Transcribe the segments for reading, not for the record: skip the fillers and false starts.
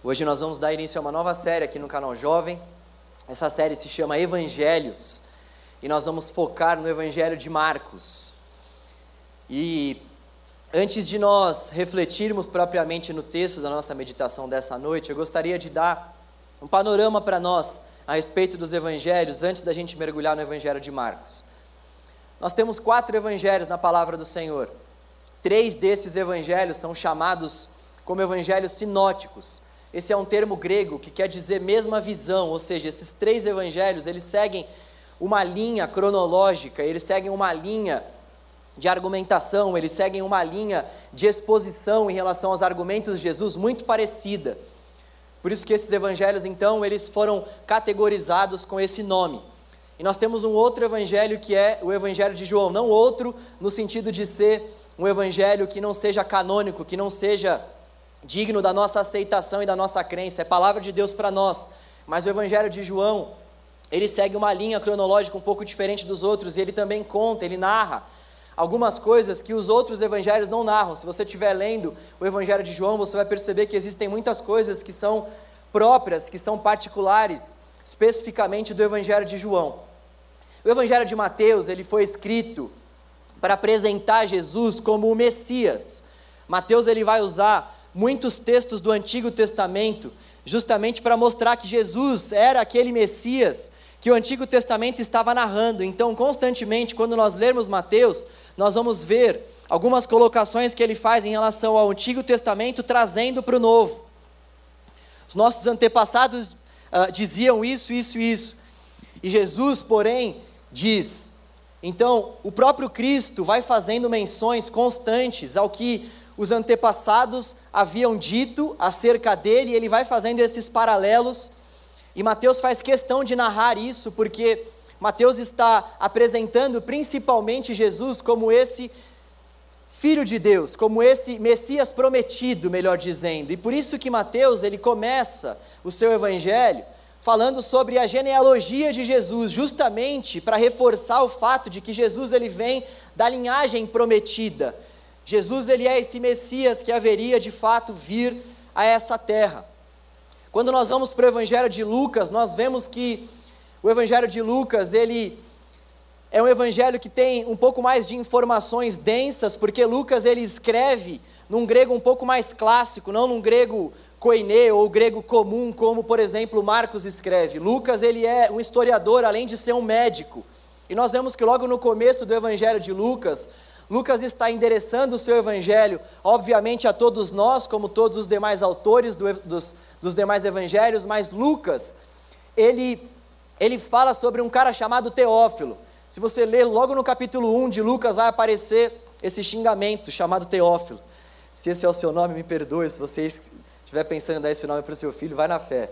Hoje nós vamos dar início a uma nova série aqui no canal Jovem. Essa série se chama Evangelhos e nós vamos focar no Evangelho de Marcos. E antes de nós refletirmos propriamente no texto da nossa meditação dessa noite, eu gostaria de dar um panorama para nós a respeito dos evangelhos antes da gente mergulhar no Evangelho de Marcos. Nós temos 4 evangelhos na palavra do Senhor. 3 desses evangelhos são chamados como evangelhos sinóticos. Esse é um termo grego que quer dizer mesma visão, ou seja, esses 3 evangelhos, eles seguem uma linha cronológica, eles seguem uma linha de argumentação, eles seguem uma linha de exposição em relação aos argumentos de Jesus muito parecida. Por isso que esses evangelhos, então, eles foram categorizados com esse nome. E nós temos um outro evangelho que é o Evangelho de João, não outro no sentido de ser um evangelho que não seja canônico, que não seja digno da nossa aceitação e da nossa crença, é palavra de Deus para nós, mas o Evangelho de João, ele segue uma linha cronológica um pouco diferente dos outros, e ele também conta, ele narra algumas coisas que os outros evangelhos não narram. Se você estiver lendo o Evangelho de João, você vai perceber que existem muitas coisas que são próprias, que são particulares, especificamente do Evangelho de João. O Evangelho de Mateus, ele foi escrito para apresentar Jesus como o Messias. Mateus, ele vai usar muitos textos do Antigo Testamento, justamente para mostrar que Jesus era aquele Messias que o Antigo Testamento estava narrando. Então, constantemente, quando nós lermos Mateus, nós vamos ver algumas colocações que ele faz em relação ao Antigo Testamento, trazendo para o Novo. Os nossos antepassados diziam isso. E Jesus, porém, diz. Então, o próprio Cristo vai fazendo menções constantes ao que os antepassados haviam dito acerca dele, e ele vai fazendo esses paralelos, e Mateus faz questão de narrar isso, porque Mateus está apresentando principalmente Jesus como esse Filho de Deus, como esse Messias prometido, melhor dizendo, e por isso que Mateus, ele começa o seu evangelho falando sobre a genealogia de Jesus, justamente para reforçar o fato de que Jesus, ele vem da linhagem prometida. Jesus, ele é esse Messias que haveria de fato vir a essa terra. Quando nós vamos para o Evangelho de Lucas, nós vemos que o Evangelho de Lucas, ele é um evangelho que tem um pouco mais de informações densas, porque Lucas, ele escreve num grego um pouco mais clássico, não num grego koiné ou grego comum, como por exemplo Marcos escreve. Lucas, ele é um historiador, além de ser um médico. E nós vemos que logo no começo do Evangelho de Lucas, Lucas está endereçando o seu evangelho, obviamente a todos nós, como todos os demais autores dos demais evangelhos, mas Lucas, ele fala sobre um cara chamado Teófilo. Se você ler logo no capítulo 1 de Lucas, vai aparecer esse xingamento chamado Teófilo. Se esse é o seu nome, me perdoe, se você estiver pensando em dar esse nome para o seu filho, vai na fé.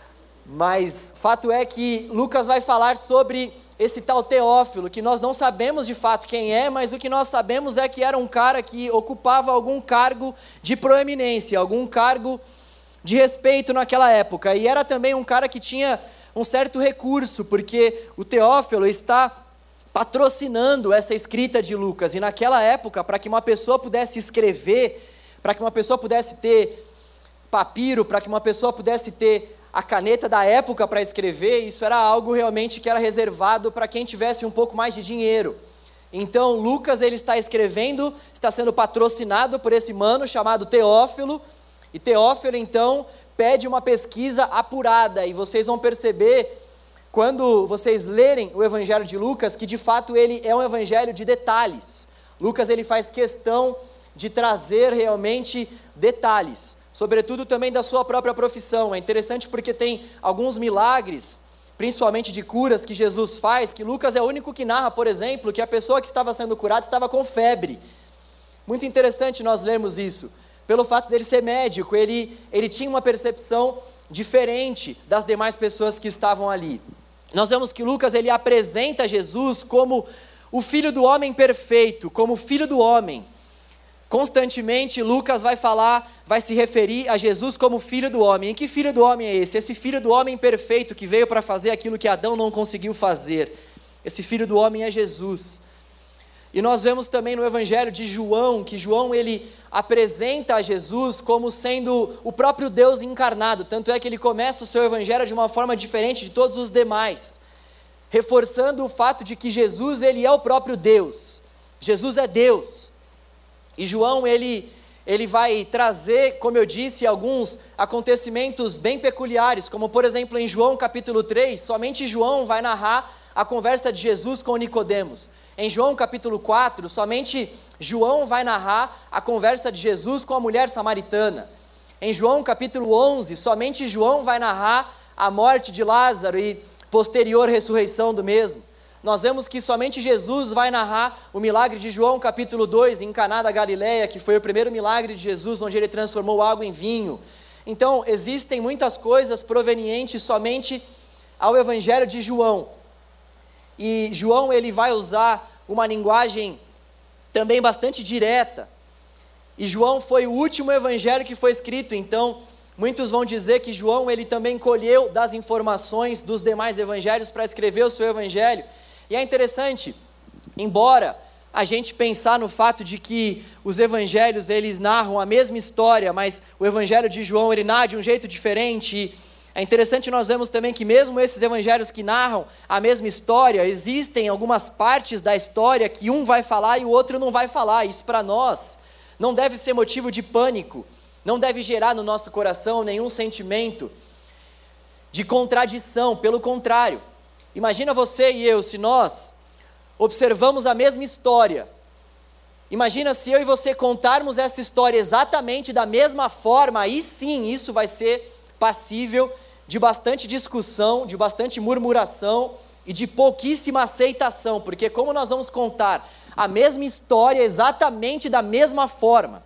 Mas fato é que Lucas vai falar sobre esse tal Teófilo, que nós não sabemos de fato quem é, mas o que nós sabemos é que era um cara que ocupava algum cargo de proeminência, algum cargo de respeito naquela época, e era também um cara que tinha um certo recurso, porque o Teófilo está patrocinando essa escrita de Lucas, e naquela época, para que uma pessoa pudesse escrever, para que uma pessoa pudesse ter papiro, para que uma pessoa pudesse ter a caneta da época para escrever, isso era algo realmente que era reservado para quem tivesse um pouco mais de dinheiro. Então Lucas, ele está escrevendo, está sendo patrocinado por esse mano chamado Teófilo, e Teófilo então pede uma pesquisa apurada, e vocês vão perceber, quando vocês lerem o Evangelho de Lucas, que de fato ele é um evangelho de detalhes. Lucas, ele faz questão de trazer realmente detalhes, sobretudo também da sua própria profissão. É interessante porque tem alguns milagres, principalmente de curas que Jesus faz, que Lucas é o único que narra, por exemplo, que a pessoa que estava sendo curada estava com febre. Muito interessante nós lermos isso, pelo fato dele ser médico, ele tinha uma percepção diferente das demais pessoas que estavam ali. Nós vemos que Lucas, ele apresenta Jesus como o Filho do Homem perfeito, como o Filho do Homem. Constantemente Lucas vai se referir a Jesus como Filho do Homem. E que Filho do Homem é esse? Esse Filho do Homem perfeito que veio para fazer aquilo que Adão não conseguiu fazer. Esse Filho do Homem é Jesus. E nós vemos também no Evangelho de João, que João ele apresenta a Jesus como sendo o próprio Deus encarnado, tanto é que ele começa o seu Evangelho de uma forma diferente de todos os demais, reforçando o fato de que Jesus ele é o próprio Deus, Jesus é Deus. E João ele vai trazer, como eu disse, alguns acontecimentos bem peculiares, como por exemplo em João capítulo 3, somente João vai narrar a conversa de Jesus com Nicodemos. Em João capítulo 4, somente João vai narrar a conversa de Jesus com a mulher samaritana. Em João capítulo 11, somente João vai narrar a morte de Lázaro e posterior ressurreição do mesmo. Nós vemos que somente Jesus vai narrar o milagre de João capítulo 2, em Caná da Galileia, que foi o primeiro milagre de Jesus, onde ele transformou água em vinho. Então, existem muitas coisas provenientes somente ao Evangelho de João. E João ele vai usar uma linguagem também bastante direta. E João foi o último evangelho que foi escrito, então muitos vão dizer que João ele também colheu das informações dos demais evangelhos para escrever o seu evangelho. E é interessante, embora a gente pensar no fato de que os evangelhos eles narram a mesma história, mas o evangelho de João ele narra de um jeito diferente. E é interessante nós vemos também que mesmo esses evangelhos que narram a mesma história, existem algumas partes da história que um vai falar e o outro não vai falar. Isso para nós não deve ser motivo de pânico, não deve gerar no nosso coração nenhum sentimento de contradição, pelo contrário. Imagina você e eu, se nós observamos a mesma história, imagina se eu e você contarmos essa história exatamente da mesma forma, aí sim isso vai ser passível de bastante discussão, de bastante murmuração e de pouquíssima aceitação, porque como nós vamos contar a mesma história exatamente da mesma forma,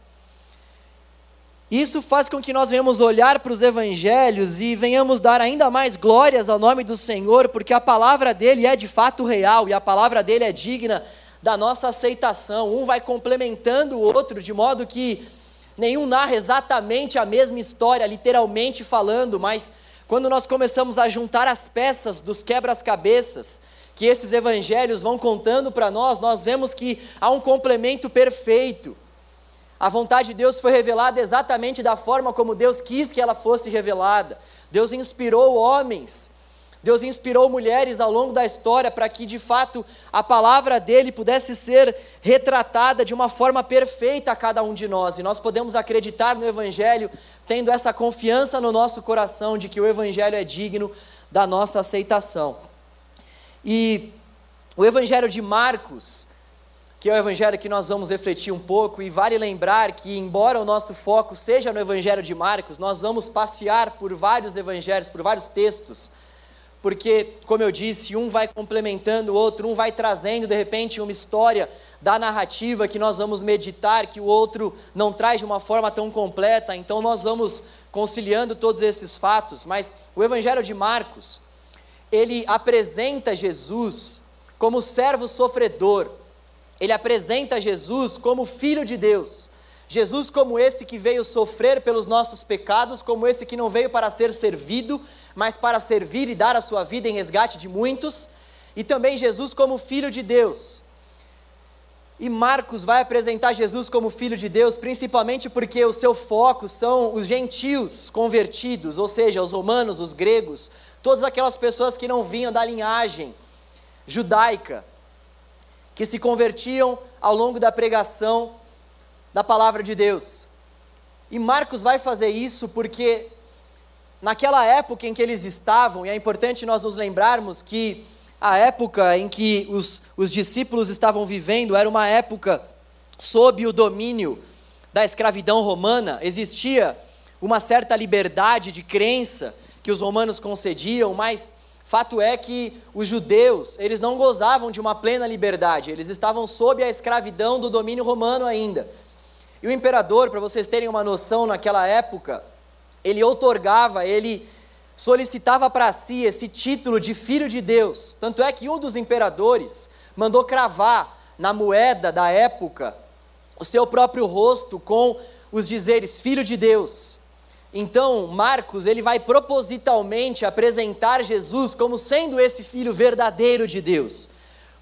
isso faz com que nós venhamos olhar para os evangelhos e venhamos dar ainda mais glórias ao nome do Senhor, porque a palavra dele é de fato real e a palavra dele é digna da nossa aceitação. Um vai complementando o outro de modo que nenhum narra exatamente a mesma história, literalmente falando, mas quando nós começamos a juntar as peças dos quebra-cabeças que esses evangelhos vão contando para nós, nós vemos que há um complemento perfeito. A vontade de Deus foi revelada exatamente da forma como Deus quis que ela fosse revelada. Deus inspirou homens, Deus inspirou mulheres ao longo da história para que de fato a palavra dele pudesse ser retratada de uma forma perfeita a cada um de nós, e nós podemos acreditar no evangelho tendo essa confiança no nosso coração de que o evangelho é digno da nossa aceitação. E o evangelho de Marcos, que é o evangelho que nós vamos refletir um pouco, e vale lembrar que embora o nosso foco seja no evangelho de Marcos, nós vamos passear por vários evangelhos, por vários textos, porque, como eu disse, um vai complementando o outro, um vai trazendo de repente uma história da narrativa que nós vamos meditar, que o outro não traz de uma forma tão completa, então nós vamos conciliando todos esses fatos. Mas o evangelho de Marcos, ele apresenta Jesus como servo sofredor, ele apresenta Jesus como filho de Deus, Jesus como esse que veio sofrer pelos nossos pecados, como esse que não veio para ser servido, mas para servir e dar a sua vida em resgate de muitos, e também Jesus como filho de Deus. E Marcos vai apresentar Jesus como filho de Deus, principalmente porque o seu foco são os gentios convertidos, ou seja, os romanos, os gregos, todas aquelas pessoas que não vinham da linhagem judaica, que se convertiam ao longo da pregação da palavra de Deus. E Marcos vai fazer isso porque naquela época em que eles estavam, e é importante nós nos lembrarmos que a época em que os discípulos estavam vivendo era uma época sob o domínio da escravidão romana. Existia uma certa liberdade de crença que os romanos concediam, mas fato é que os judeus, eles não gozavam de uma plena liberdade, eles estavam sob a escravidão do domínio romano ainda. E o imperador, para vocês terem uma noção, naquela época, ele outorgava, ele solicitava para si esse título de filho de Deus. Tanto é que um dos imperadores mandou cravar na moeda da época o seu próprio rosto com os dizeres filho de Deus. Então Marcos, ele vai propositalmente apresentar Jesus como sendo esse filho verdadeiro de Deus,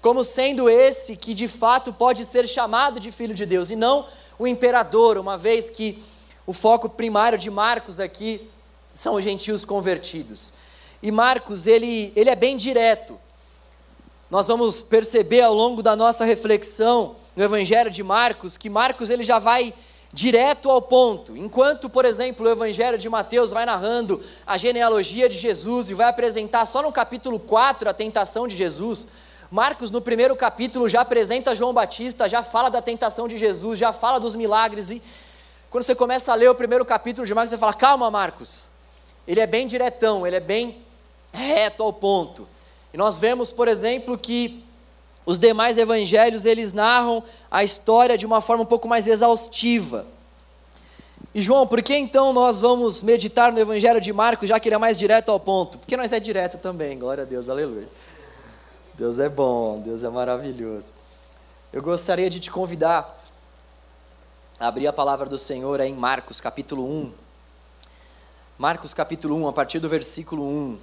como sendo esse que de fato pode ser chamado de Filho de Deus, e não o imperador, uma vez que o foco primário de Marcos aqui são os gentios convertidos. E Marcos, ele é bem direto. Nós vamos perceber ao longo da nossa reflexão no Evangelho de Marcos, que Marcos ele já vai direto ao ponto. Enquanto, por exemplo, o Evangelho de Mateus vai narrando a genealogia de Jesus e vai apresentar só no capítulo 4 a tentação de Jesus, Marcos no primeiro capítulo já apresenta João Batista, já fala da tentação de Jesus, já fala dos milagres, e quando você começa a ler o primeiro capítulo de Marcos, você fala, calma Marcos, ele é bem diretão, ele é bem reto ao ponto. E nós vemos, por exemplo, que os demais evangelhos, eles narram a história de uma forma um pouco mais exaustiva. E João, por que então nós vamos meditar no evangelho de Marcos, já que ele é mais direto ao ponto? Porque nós é direto também, glória a Deus, aleluia. Deus é bom, Deus é maravilhoso. Eu gostaria de te convidar a abrir a palavra do Senhor aí em Marcos capítulo 1. Marcos capítulo 1, a partir do versículo 1.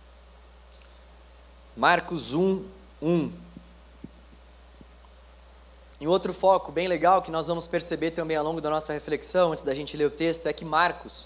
Marcos 1, 1. E outro foco bem legal que nós vamos perceber também ao longo da nossa reflexão, antes da gente ler o texto, é que Marcos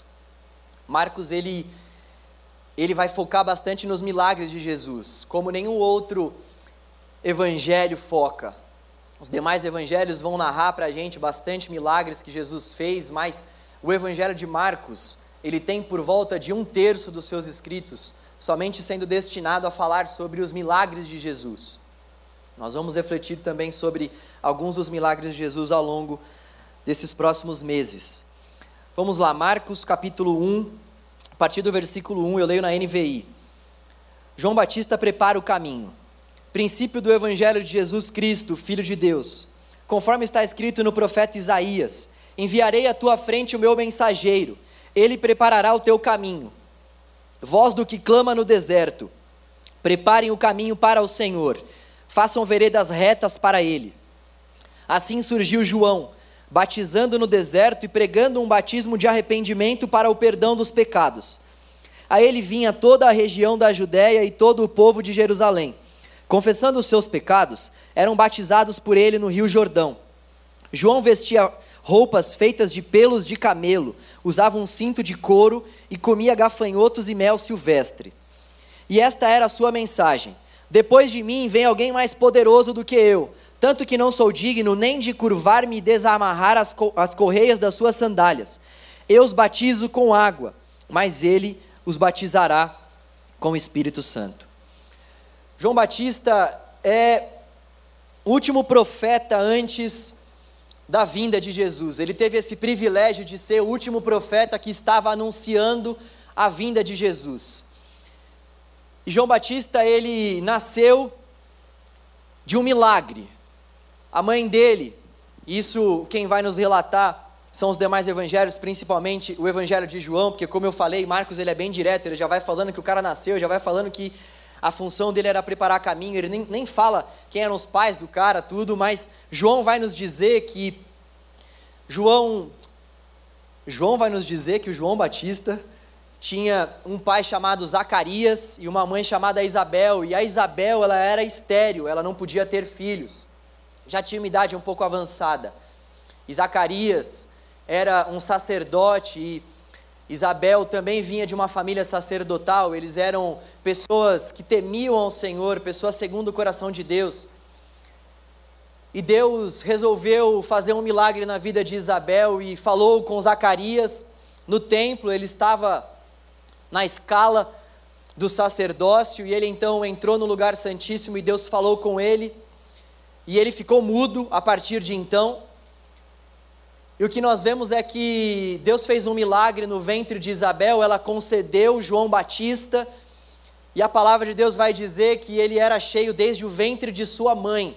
ele vai focar bastante nos milagres de Jesus, como nenhum outro evangelho foca. Os demais evangelhos vão narrar para a gente bastante milagres que Jesus fez, mas o evangelho de Marcos, ele tem por volta de 1/3 dos seus escritos, somente sendo destinado a falar sobre os milagres de Jesus. Nós vamos refletir também sobre alguns dos milagres de Jesus ao longo desses próximos meses. Vamos lá, Marcos capítulo 1, a partir do versículo 1, eu leio na NVI. João Batista prepara o caminho. Princípio do Evangelho de Jesus Cristo, Filho de Deus. Conforme está escrito no profeta Isaías, enviarei à tua frente o meu mensageiro, ele preparará o teu caminho. Voz do que clama no deserto, preparem o caminho para o Senhor, façam veredas retas para ele. Assim surgiu João, batizando no deserto e pregando um batismo de arrependimento para o perdão dos pecados. A ele vinha toda a região da Judéia e todo o povo de Jerusalém. Confessando os seus pecados, eram batizados por ele no rio Jordão. João vestia roupas feitas de pelos de camelo, usava um cinto de couro e comia gafanhotos e mel silvestre. E esta era a sua mensagem: depois de mim vem alguém mais poderoso do que eu, tanto que não sou digno nem de curvar-me e desamarrar as correias das suas sandálias. Eu os batizo com água, mas ele os batizará com o Espírito Santo. João Batista é o último profeta antes da vinda de Jesus. Ele teve esse privilégio de ser o último profeta que estava anunciando a vinda de Jesus. E João Batista, ele nasceu de um milagre. A mãe dele, isso quem vai nos relatar são os demais evangelhos, principalmente o evangelho de João, porque como eu falei, Marcos ele é bem direto, ele já vai falando que o cara nasceu, já vai falando que a função dele era preparar caminho, ele nem fala quem eram os pais do cara, tudo, mas João vai nos dizer que João vai nos dizer que o João Batista tinha um pai chamado Zacarias e uma mãe chamada Isabel, e a Isabel ela era estéril, ela não podia ter filhos, já tinha uma idade um pouco avançada. E Zacarias era um sacerdote e Isabel também vinha de uma família sacerdotal, eles eram pessoas que temiam ao Senhor, pessoas segundo o coração de Deus. E Deus resolveu fazer um milagre na vida de Isabel e falou com Zacarias no templo. Ele estava na escala do sacerdócio e ele então entrou no lugar santíssimo e Deus falou com ele. E ele ficou mudo a partir de então. E o que nós vemos é que Deus fez um milagre no ventre de Isabel, ela concedeu João Batista, e a palavra de Deus vai dizer que ele era cheio desde o ventre de sua mãe.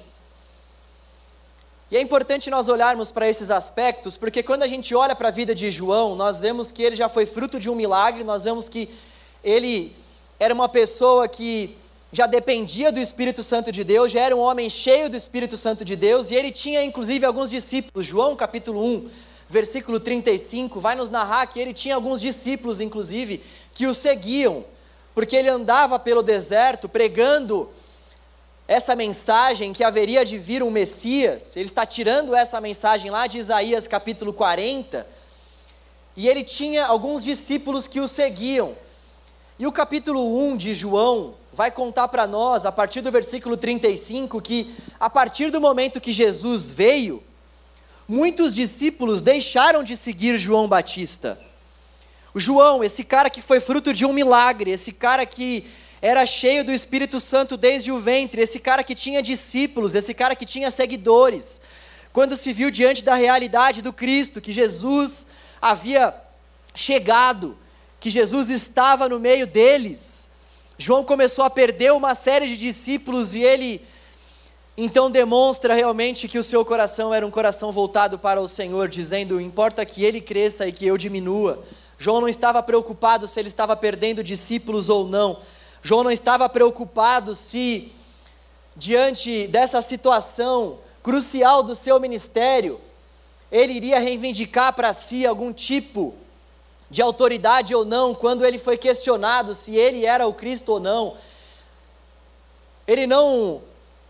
E é importante nós olharmos para esses aspectos, porque quando a gente olha para a vida de João, nós vemos que ele já foi fruto de um milagre, nós vemos que ele era uma pessoa que já dependia do Espírito Santo de Deus, já era um homem cheio do Espírito Santo de Deus, e ele tinha inclusive alguns discípulos. João capítulo 1, versículo 35, vai nos narrar que ele tinha alguns discípulos inclusive, que o seguiam, porque ele andava pelo deserto pregando essa mensagem que haveria de vir um Messias. Ele está tirando essa mensagem lá de Isaías capítulo 40, e ele tinha alguns discípulos que o seguiam. E o capítulo 1 de João vai contar para nós, a partir do versículo 35, que a partir do momento que Jesus veio, muitos discípulos deixaram de seguir João Batista. O João, esse cara que foi fruto de um milagre, esse cara que era cheio do Espírito Santo desde o ventre, esse cara que tinha discípulos, esse cara que tinha seguidores, quando se viu diante da realidade do Cristo, que Jesus havia chegado, que Jesus estava no meio deles, João começou a perder uma série de discípulos, e ele então demonstra realmente que o seu coração era um coração voltado para o Senhor, dizendo: importa que ele cresça e que eu diminua. João não estava preocupado se ele estava perdendo discípulos ou não. João não estava preocupado se, diante dessa situação crucial do seu ministério, ele iria reivindicar para si algum tipo de autoridade ou não, quando ele foi questionado se ele era o Cristo ou não. Ele não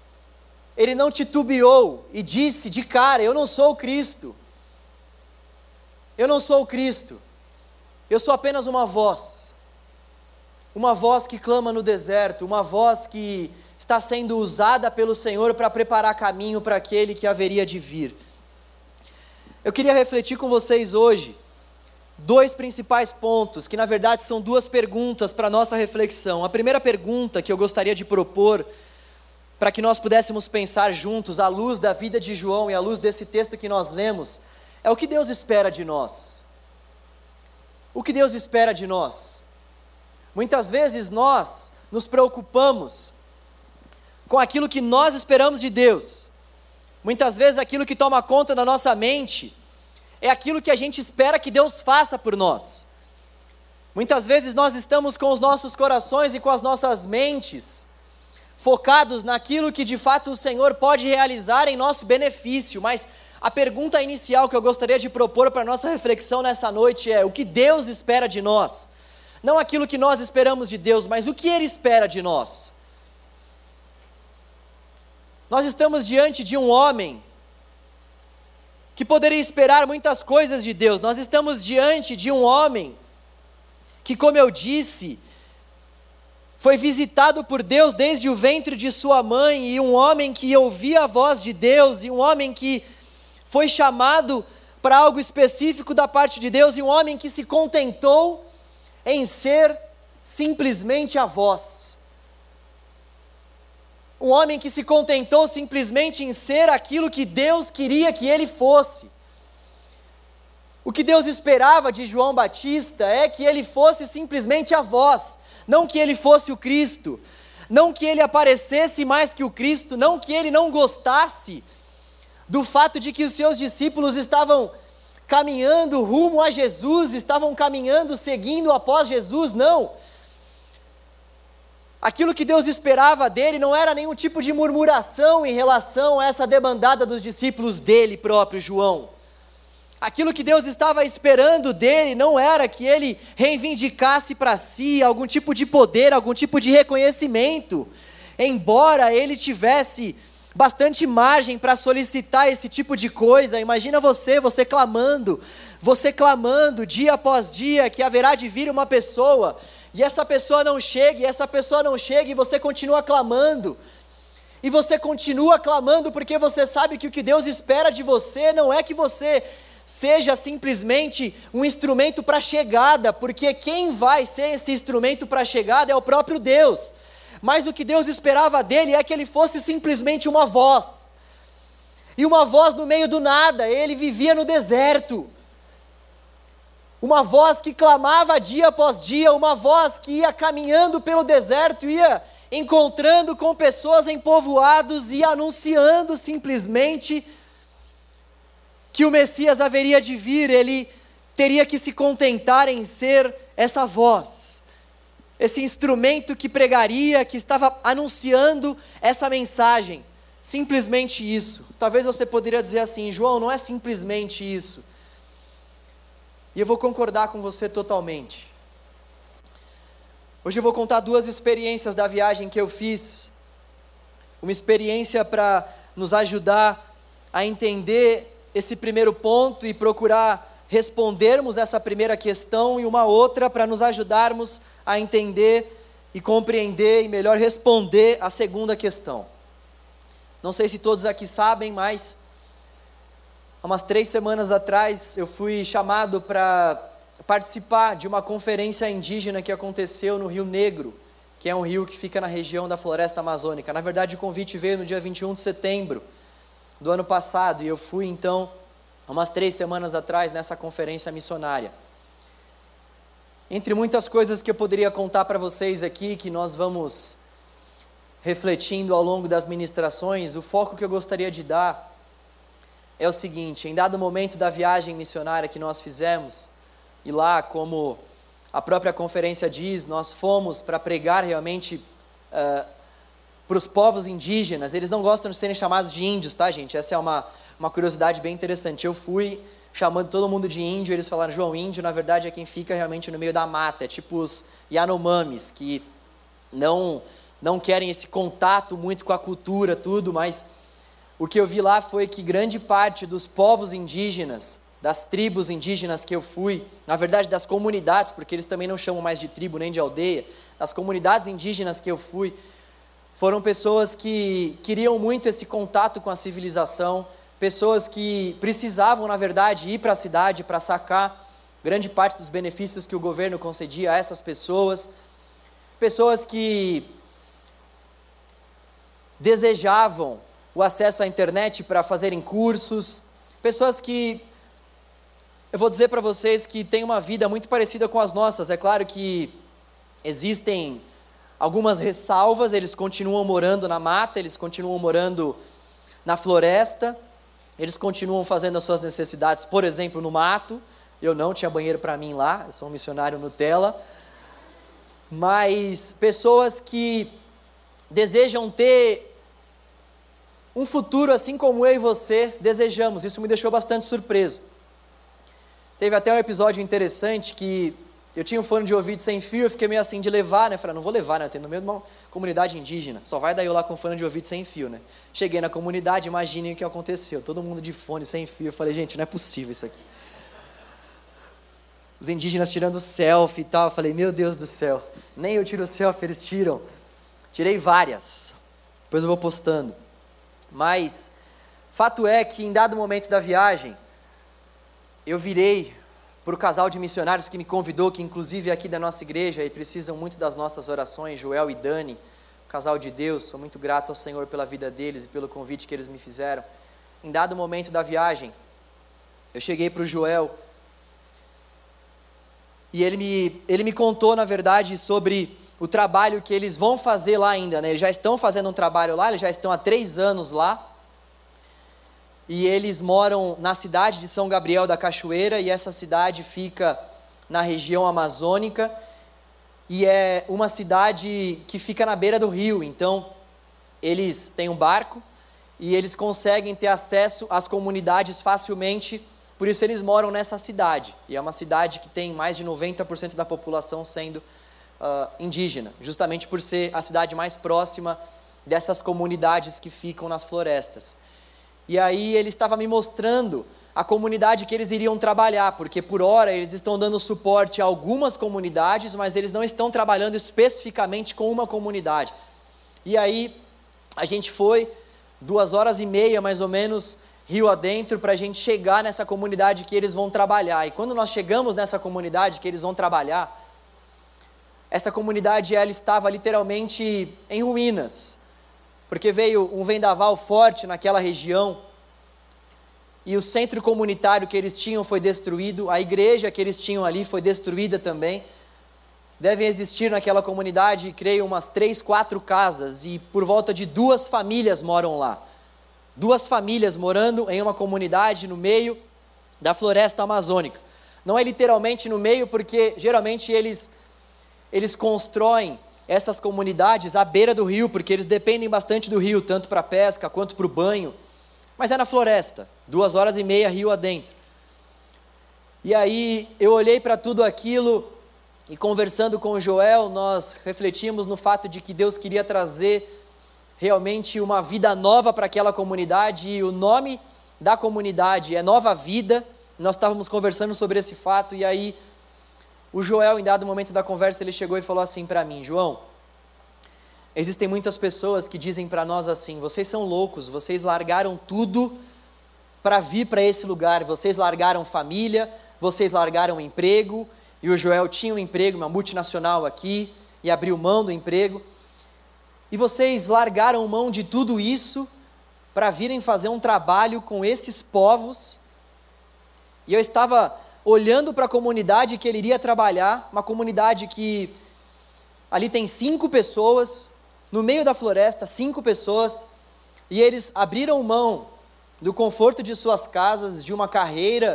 titubeou e disse de cara: eu não sou o Cristo. Eu não sou o Cristo. Eu sou apenas uma voz que clama no deserto, uma voz que está sendo usada pelo Senhor para preparar caminho para aquele que haveria de vir. Eu queria refletir com vocês hoje dois principais pontos, que na verdade são duas perguntas para a nossa reflexão. A primeira pergunta que eu gostaria de propor, para que nós pudéssemos pensar juntos, à luz da vida de João e à luz desse texto que nós lemos, é: o que Deus espera de nós? O que Deus espera de nós? Muitas vezes nós nos preocupamos com aquilo que nós esperamos de Deus. Muitas vezes aquilo que toma conta da nossa mente é aquilo que a gente espera que Deus faça por nós. Muitas vezes nós estamos com os nossos corações e com as nossas mentes focados naquilo que de fato o Senhor pode realizar em nosso benefício, mas a pergunta inicial que eu gostaria de propor para a nossa reflexão nessa noite é: o que Deus espera de nós? Não aquilo que nós esperamos de Deus, mas o que Ele espera de nós. Nós estamos diante de um homem que poderia esperar muitas coisas de Deus. Nós estamos diante de um homem que, como eu disse, foi visitado por Deus desde o ventre de sua mãe, e um homem que ouvia a voz de Deus, e um homem que foi chamado para algo específico da parte de Deus, e um homem que se contentou em ser simplesmente a voz. Um homem que se contentou simplesmente em ser aquilo que Deus queria que ele fosse. O que Deus esperava de João Batista é que ele fosse simplesmente a voz, não que ele fosse o Cristo, não que ele aparecesse mais que o Cristo, não que ele não gostasse do fato de que os seus discípulos estavam caminhando rumo a Jesus, estavam caminhando, seguindo após Jesus, não. Aquilo que Deus esperava dele não era nenhum tipo de murmuração em relação a essa debandada dos discípulos dele próprio, João. Aquilo que Deus estava esperando dele não era que ele reivindicasse para si algum tipo de poder, algum tipo de reconhecimento, embora ele tivesse bastante margem para solicitar esse tipo de coisa. Imagina você clamando dia após dia que haverá de vir uma pessoa, e essa pessoa não chega, e você continua clamando, e você continua clamando porque você sabe que o que Deus espera de você não é que você seja simplesmente um instrumento para a chegada, porque quem vai ser esse instrumento para a chegada é o próprio Deus. Mas o que Deus esperava dele é que ele fosse simplesmente uma voz, e uma voz no meio do nada. Ele vivia no deserto, uma voz que clamava dia após dia, uma voz que ia caminhando pelo deserto, ia encontrando com pessoas em povoados e anunciando simplesmente que o Messias haveria de vir. Ele teria que se contentar em ser essa voz, esse instrumento que pregaria, que estava anunciando essa mensagem. Simplesmente isso. Talvez você poderia dizer assim: João, não é simplesmente isso. E eu vou concordar com você totalmente. Hoje eu vou contar duas experiências da viagem que eu fiz uma experiência para nos ajudar a entender esse primeiro ponto e procurar respondermos essa primeira questão, e uma outra para nos ajudarmos a entender e compreender e melhor responder a segunda questão. Não sei se todos aqui sabem, mas há umas 3 semanas atrás eu fui chamado para participar de uma conferência indígena que aconteceu no Rio Negro, que é um rio que fica na região da floresta amazônica. Na verdade, o convite veio no dia 21 de setembro do ano passado, e eu fui então, há umas 3 semanas atrás, nessa conferência missionária. Entre muitas coisas que eu poderia contar para vocês aqui, que nós vamos refletindo ao longo das ministrações, o foco que eu gostaria de dar é o seguinte: em dado momento da viagem missionária que nós fizemos, e lá, como a própria conferência diz, nós fomos para pregar realmente para os povos indígenas. Eles não gostam de serem chamados de índios, tá, gente? Essa é uma curiosidade bem interessante. Eu fui chamando todo mundo de índio, eles falaram: João, índio na verdade é quem fica realmente no meio da mata, é tipo os Yanomamis, que não querem esse contato muito com a cultura, tudo, mas o que eu vi lá foi que grande parte dos povos indígenas, das tribos indígenas que eu fui, na verdade das comunidades, porque eles também não chamam mais de tribo nem de aldeia, das comunidades indígenas que eu fui, foram pessoas que queriam muito esse contato com a civilização, pessoas que precisavam, na verdade, ir para a cidade para sacar grande parte dos benefícios que o governo concedia a essas pessoas, pessoas que desejavam o acesso à internet para fazerem cursos, pessoas que, eu vou dizer para vocês que têm uma vida muito parecida com as nossas. É claro que existem algumas ressalvas, eles continuam morando na mata, eles continuam morando na floresta, eles continuam fazendo as suas necessidades, por exemplo, no mato. Eu não tinha banheiro para mim lá, eu sou um missionário Nutella, mas pessoas que desejam ter um futuro assim como eu e você desejamos. Isso me deixou bastante surpreso. Teve até um episódio interessante que eu tinha um fone de ouvido sem fio, eu fiquei meio assim de levar, né? Falei: não vou levar, né? Eu tenho no meio de uma comunidade indígena, só vai daí eu lá com fone de ouvido sem fio, né? Cheguei na comunidade, imaginem o que aconteceu, todo mundo de fone sem fio. Eu falei: gente, não é possível isso aqui. Os indígenas tirando selfie e tal, eu falei: meu Deus do céu, nem eu tiro selfie, eles tiram. Tirei várias, depois eu vou postando. Mas, fato é que em dado momento da viagem, eu virei para o casal de missionários que me convidou, que inclusive é aqui da nossa igreja e precisam muito das nossas orações, Joel e Dani, o casal de Deus. Sou muito grato ao Senhor pela vida deles e pelo convite que eles me fizeram. Em dado momento da viagem, eu cheguei para o Joel e ele me contou, na verdade, sobre o trabalho que eles vão fazer lá ainda, né? Eles já estão fazendo um trabalho lá, eles já estão há 3 anos lá. E eles moram na cidade de São Gabriel da Cachoeira, e essa cidade fica na região amazônica, e é uma cidade que fica na beira do rio. Então, eles têm um barco, e eles conseguem ter acesso às comunidades facilmente, por isso eles moram nessa cidade. E é uma cidade que tem mais de 90% da população sendo indígena, justamente por ser a cidade mais próxima dessas comunidades que ficam nas florestas. E aí ele estava me mostrando a comunidade que eles iriam trabalhar, porque por hora eles estão dando suporte a algumas comunidades, mas eles não estão trabalhando especificamente com uma comunidade. E aí a gente foi 2h30 mais ou menos rio adentro para a gente chegar nessa comunidade que eles vão trabalhar. E quando nós chegamos nessa comunidade que eles vão trabalhar, essa comunidade ela estava literalmente em ruínas, porque veio um vendaval forte naquela região, e o centro comunitário que eles tinham foi destruído, a igreja que eles tinham ali foi destruída também. Devem existir naquela comunidade, creio, umas 3, 4 casas, e por volta de 2 famílias moram lá. 2 famílias morando em uma comunidade no meio da floresta amazônica. Não é literalmente no meio, porque geralmente eles constroem essas comunidades à beira do rio, porque eles dependem bastante do rio, tanto para a pesca quanto para o banho, mas é na floresta, 2h30 rio adentro. E aí eu olhei para tudo aquilo, e conversando com o Joel, nós refletimos no fato de que Deus queria trazer realmente uma vida nova para aquela comunidade, e o nome da comunidade é Nova Vida. Nós estávamos conversando sobre esse fato, e aí o Joel, em dado momento da conversa, ele chegou e falou assim para mim: João, existem muitas pessoas que dizem para nós assim: vocês são loucos, vocês largaram tudo para vir para esse lugar, vocês largaram família, vocês largaram emprego. E o Joel tinha um emprego, uma multinacional aqui, e abriu mão do emprego, e vocês largaram mão de tudo isso para virem fazer um trabalho com esses povos. E eu estava olhando para a comunidade que ele iria trabalhar, uma comunidade que ali tem 5 pessoas, no meio da floresta, 5 pessoas, e eles abriram mão do conforto de suas casas, de uma carreira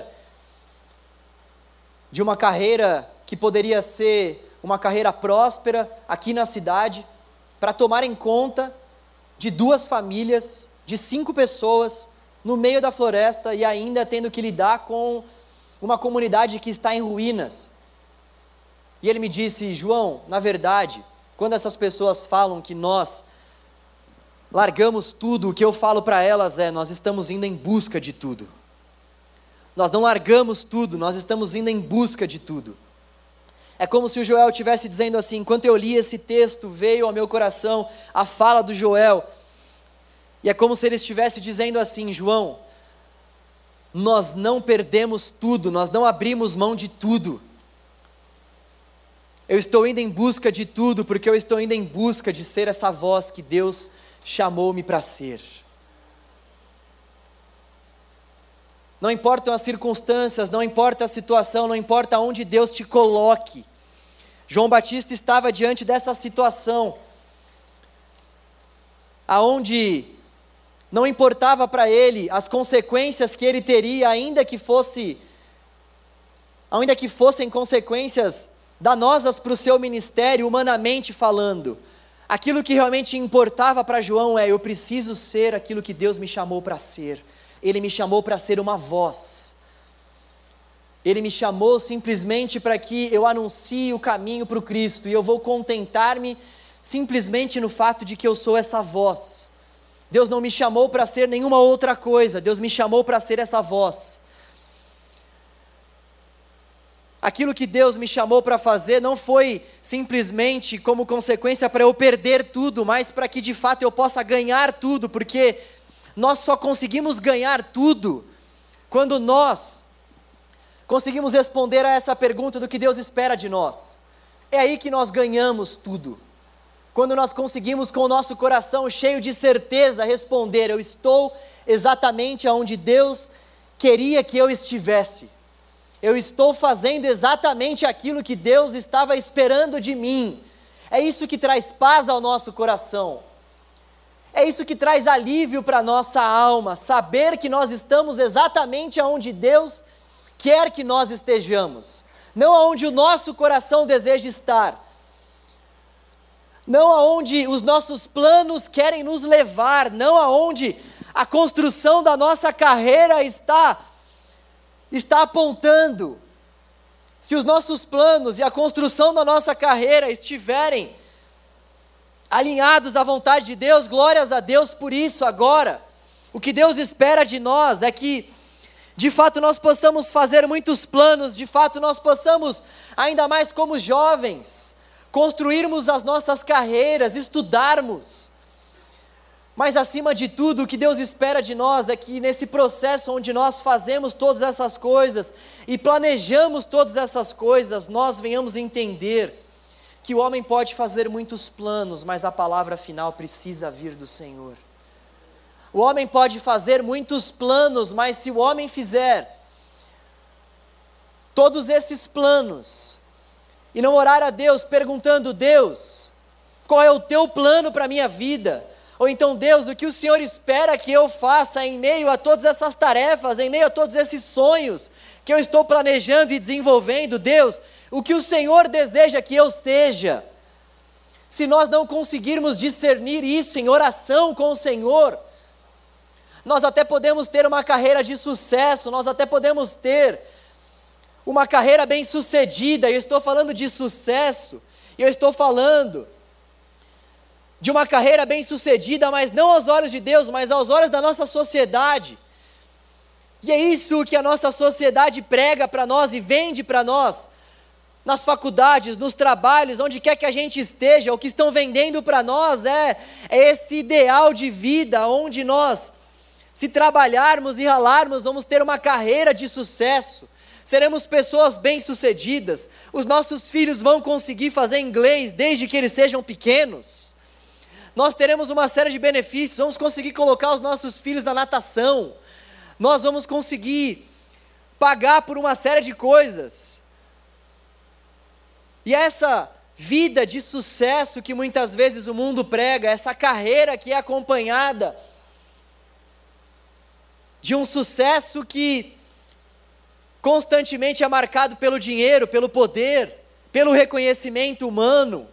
que poderia ser uma carreira próspera aqui na cidade, para tomarem conta de 2 famílias, de 5 pessoas, no meio da floresta, e ainda tendo que lidar com uma comunidade que está em ruínas. E ele me disse: João, na verdade, quando essas pessoas falam que nós largamos tudo, o que eu falo para elas é: nós estamos indo em busca de tudo. Nós não largamos tudo, nós estamos indo em busca de tudo. É como se o Joel estivesse dizendo assim. Enquanto eu li esse texto, veio ao meu coração a fala do Joel, e é como se ele estivesse dizendo assim: João, nós não perdemos tudo, nós não abrimos mão de tudo. Eu estou indo em busca de tudo, porque eu estou indo em busca de ser essa voz que Deus chamou-me para ser. Não importam as circunstâncias, não importa a situação, não importa onde Deus te coloque. João Batista estava diante dessa situação, aonde não importava para ele as consequências que ele teria, ainda que fossem consequências danosas para o seu ministério, humanamente falando. Aquilo que realmente importava para João é: eu preciso ser aquilo que Deus me chamou para ser. Ele me chamou para ser uma voz. Ele me chamou simplesmente para que eu anuncie o caminho para o Cristo, e eu vou contentar-me simplesmente no fato de que eu sou essa voz. Deus não me chamou para ser nenhuma outra coisa, Deus me chamou para ser essa voz. Aquilo que Deus me chamou para fazer não foi simplesmente como consequência para eu perder tudo, mas para que de fato eu possa ganhar tudo, porque nós só conseguimos ganhar tudo quando nós conseguimos responder a essa pergunta do que Deus espera de nós. É aí que nós ganhamos tudo. Quando nós conseguimos, com o nosso coração cheio de certeza, responder: eu estou exatamente onde Deus queria que eu estivesse. Eu estou fazendo exatamente aquilo que Deus estava esperando de mim. É isso que traz paz ao nosso coração. É isso que traz alívio para a nossa alma, saber que nós estamos exatamente onde Deus quer que nós estejamos, não aonde o nosso coração deseja estar, não aonde os nossos planos querem nos levar, não aonde a construção da nossa carreira está apontando. Se os nossos planos e a construção da nossa carreira estiverem alinhados à vontade de Deus, glórias a Deus por isso. Agora, o que Deus espera de nós é que, de fato, nós possamos fazer muitos planos, de fato, nós possamos, ainda mais como jovens, construirmos as nossas carreiras, estudarmos. Mas, acima de tudo, o que Deus espera de nós é que, nesse processo onde nós fazemos todas essas coisas e planejamos todas essas coisas, nós venhamos entender que o homem pode fazer muitos planos, mas a palavra final precisa vir do Senhor. O homem pode fazer muitos planos, mas se o homem fizer todos esses planos e não orar a Deus perguntando: Deus, qual é o teu plano para a minha vida? Ou então: Deus, o que o Senhor espera que eu faça em meio a todas essas tarefas, em meio a todos esses sonhos que eu estou planejando e desenvolvendo? Deus, o que o Senhor deseja que eu seja? Se nós não conseguirmos discernir isso em oração com o Senhor, nós até podemos ter uma carreira de sucesso, nós até podemos ter uma carreira bem sucedida. Eu estou falando de sucesso, e eu estou falando de uma carreira bem-sucedida, mas não aos olhos de Deus, mas aos olhos da nossa sociedade. E é isso que a nossa sociedade prega para nós e vende para nós, nas faculdades, nos trabalhos, onde quer que a gente esteja. O que estão vendendo para nós é esse ideal de vida, onde nós, se trabalharmos e ralarmos, vamos ter uma carreira de sucesso, seremos pessoas bem-sucedidas, os nossos filhos vão conseguir fazer inglês desde que eles sejam pequenos, nós teremos uma série de benefícios, vamos conseguir colocar os nossos filhos na natação, nós vamos conseguir pagar por uma série de coisas. E essa vida de sucesso que muitas vezes o mundo prega, essa carreira que é acompanhada de um sucesso que constantemente é marcado pelo dinheiro, pelo poder, pelo reconhecimento humano,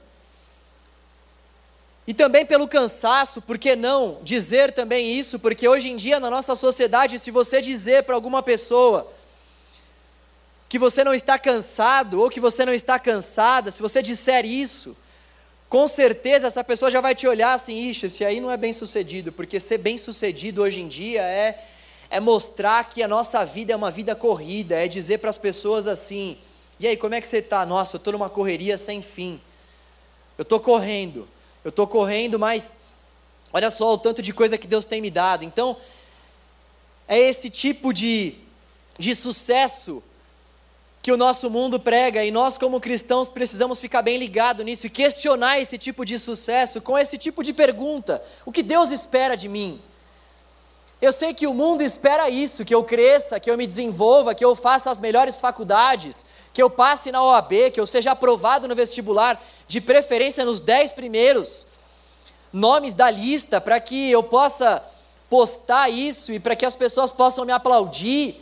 e também pelo cansaço. Por que não dizer também isso? Porque hoje em dia na nossa sociedade, se você dizer para alguma pessoa que você não está cansado, ou que você não está cansada, se você disser isso, com certeza essa pessoa já vai te olhar assim: ixi, esse aí não é bem sucedido, porque ser bem sucedido hoje em dia é mostrar que a nossa vida é uma vida corrida, é dizer para as pessoas assim: e aí, como é que você está? Nossa, eu estou numa correria sem fim, eu estou correndo, mas olha só o tanto de coisa que Deus tem me dado. Então, é esse tipo de sucesso que o nosso mundo prega, e nós como cristãos precisamos ficar bem ligados nisso, e questionar esse tipo de sucesso com esse tipo de pergunta: o que Deus espera de mim? Eu sei que o mundo espera isso, que eu cresça, que eu me desenvolva, que eu faça as melhores faculdades, que eu passe na OAB, que eu seja aprovado no vestibular, de preferência nos 10 primeiros nomes da lista, para que eu possa postar isso e para que as pessoas possam me aplaudir.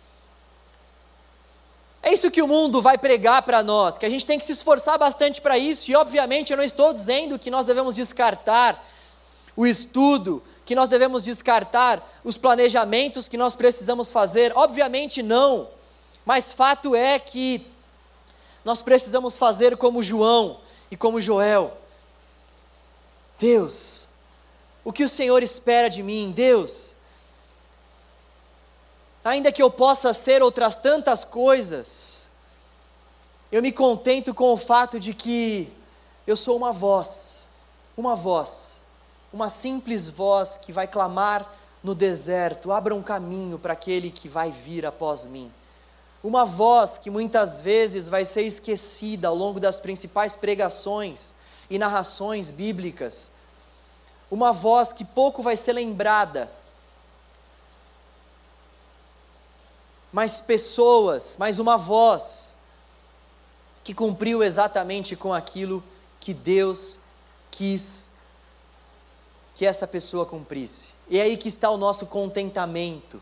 É isso que o mundo vai pregar para nós, que a gente tem que se esforçar bastante para isso. E obviamente eu não estou dizendo que nós devemos descartar o estudo, que nós devemos descartar os planejamentos que nós precisamos fazer, obviamente não, mas fato é que nós precisamos fazer como João e como Joel. Deus, o que o Senhor espera de mim? Deus, ainda que eu possa ser outras tantas coisas, eu me contento com o fato de que eu sou uma voz, uma simples voz que vai clamar no deserto: abra um caminho para aquele que vai vir após mim. Uma voz que muitas vezes vai ser esquecida ao longo das principais pregações e narrações bíblicas. Uma voz que pouco vai ser lembrada. Mas uma voz que cumpriu exatamente com aquilo que Deus quis que essa pessoa cumprisse. E é aí que está o nosso contentamento,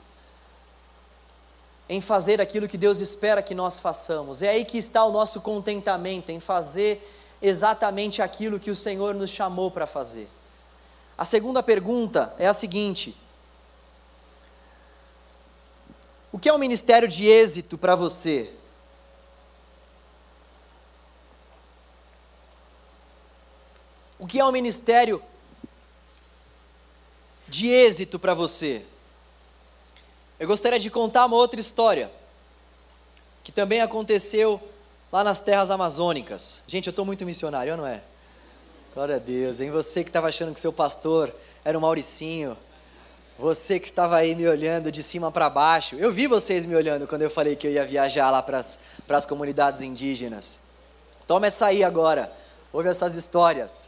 em fazer aquilo que Deus espera que nós façamos. É aí que está o nosso contentamento, em fazer exatamente aquilo que o Senhor nos chamou para fazer. A segunda pergunta é a seguinte: o que é um ministério de êxito para você? O que é um ministério de êxito para você? Eu gostaria de contar uma outra história, que também aconteceu lá nas terras amazônicas. Gente, eu estou muito missionário, não é? Glória a Deus, hein? Você que estava achando que seu pastor era o Mauricinho, você que estava aí me olhando de cima para baixo, eu vi vocês me olhando quando eu falei que eu ia viajar lá para as comunidades indígenas. Toma essa aí agora, ouve essas histórias.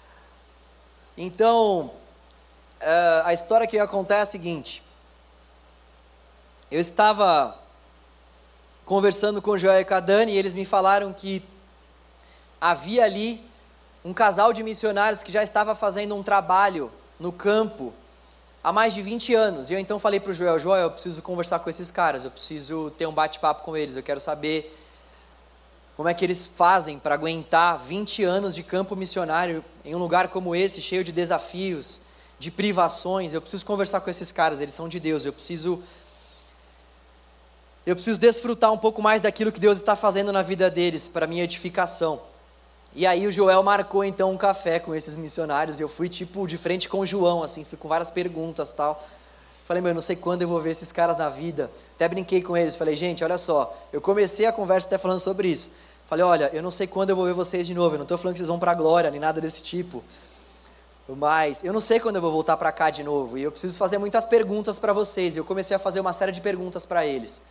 Então, a história que acontece é a seguinte: eu estava conversando com o Joel e com a Dani, e eles me falaram que havia ali um casal de missionários que já estava fazendo um trabalho no campo há mais de 20 anos. E eu então falei para o Joel: Joel, eu preciso conversar com esses caras, eu preciso ter um bate-papo com eles, eu quero saber como é que eles fazem para aguentar 20 anos de campo missionário em um lugar como esse, cheio de desafios, de privações. Eu preciso conversar com esses caras, eles são de Deus, eu preciso desfrutar um pouco mais daquilo que Deus está fazendo na vida deles, para minha edificação. E aí o Joel marcou então um café com esses missionários, e eu fui tipo de frente com o João, assim, fui com várias perguntas e tal. Falei, eu não sei quando eu vou ver esses caras na vida. Até brinquei com eles, falei, gente, olha só, eu comecei a conversa até falando sobre isso. Falei, olha, eu não sei quando eu vou ver vocês de novo, eu não estou falando que vocês vão para a glória, nem nada desse tipo. Mas eu não sei quando eu vou voltar para cá de novo, e eu preciso fazer muitas perguntas para vocês. E eu comecei a fazer uma série de perguntas para eles.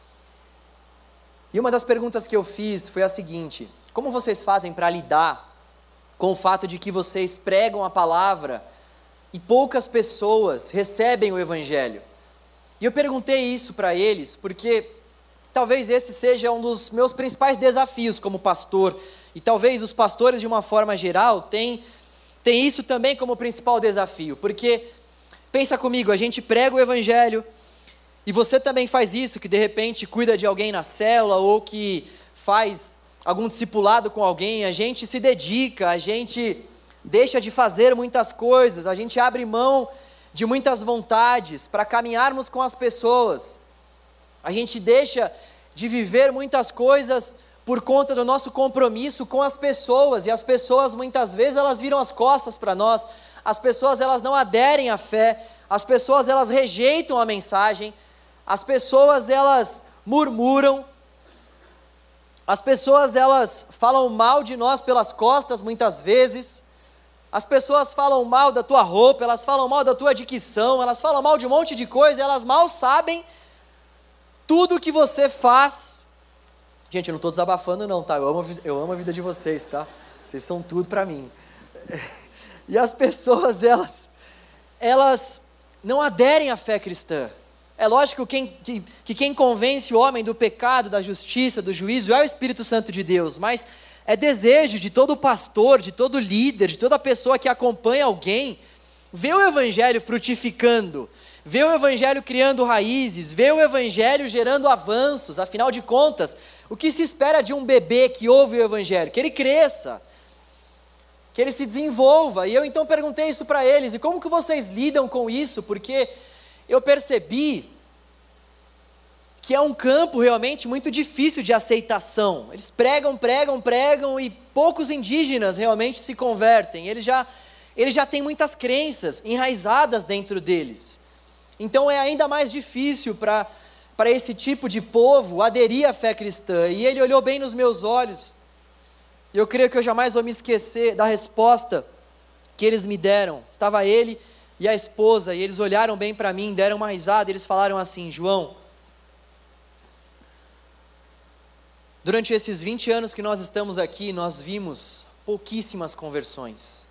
E uma das perguntas que eu fiz foi a seguinte: como vocês fazem para lidar com o fato de que vocês pregam a palavra e poucas pessoas recebem o evangelho? E eu perguntei isso para eles porque talvez esse seja um dos meus principais desafios como pastor, e talvez os pastores de uma forma geral tenham isso também como principal desafio, porque pensa comigo, a gente prega o evangelho, e você também faz isso, que de repente cuida de alguém na célula, ou que faz algum discipulado com alguém, a gente se dedica, a gente deixa de fazer muitas coisas, a gente abre mão de muitas vontades para caminharmos com as pessoas, a gente deixa de viver muitas coisas por conta do nosso compromisso com as pessoas, e as pessoas muitas vezes elas viram as costas para nós, as pessoas elas não aderem à fé, as pessoas elas rejeitam a mensagem, as pessoas elas murmuram, as pessoas elas falam mal de nós pelas costas muitas vezes, as pessoas falam mal da tua roupa, elas falam mal da tua dicção, elas falam mal de um monte de coisa, elas mal sabem tudo que você faz. Gente, eu não estou desabafando não, tá? Eu amo a vida de vocês, tá? Vocês são tudo para mim. E as pessoas, elas não aderem à fé cristã. É lógico que quem convence o homem do pecado, da justiça, do juízo é o Espírito Santo de Deus, mas é desejo de todo pastor, de todo líder, de toda pessoa que acompanha alguém, ver o evangelho frutificando, ver o evangelho criando raízes, ver o evangelho gerando avanços. Afinal de contas, o que se espera de um bebê que ouve o evangelho? Que ele cresça, que ele se desenvolva. E eu então perguntei isso para eles, e como que vocês lidam com isso? Porque eu percebi que é um campo realmente muito difícil de aceitação. Eles pregam e poucos indígenas realmente se convertem. Eles já têm muitas crenças enraizadas dentro deles. Então é ainda mais difícil para esse tipo de povo aderir à fé cristã. E ele olhou bem nos meus olhos, e eu creio que eu jamais vou me esquecer da resposta que eles me deram. Estava ele e a esposa, e eles olharam bem para mim, deram uma risada, e eles falaram assim: João, durante esses 20 anos que nós estamos aqui, nós vimos pouquíssimas conversões.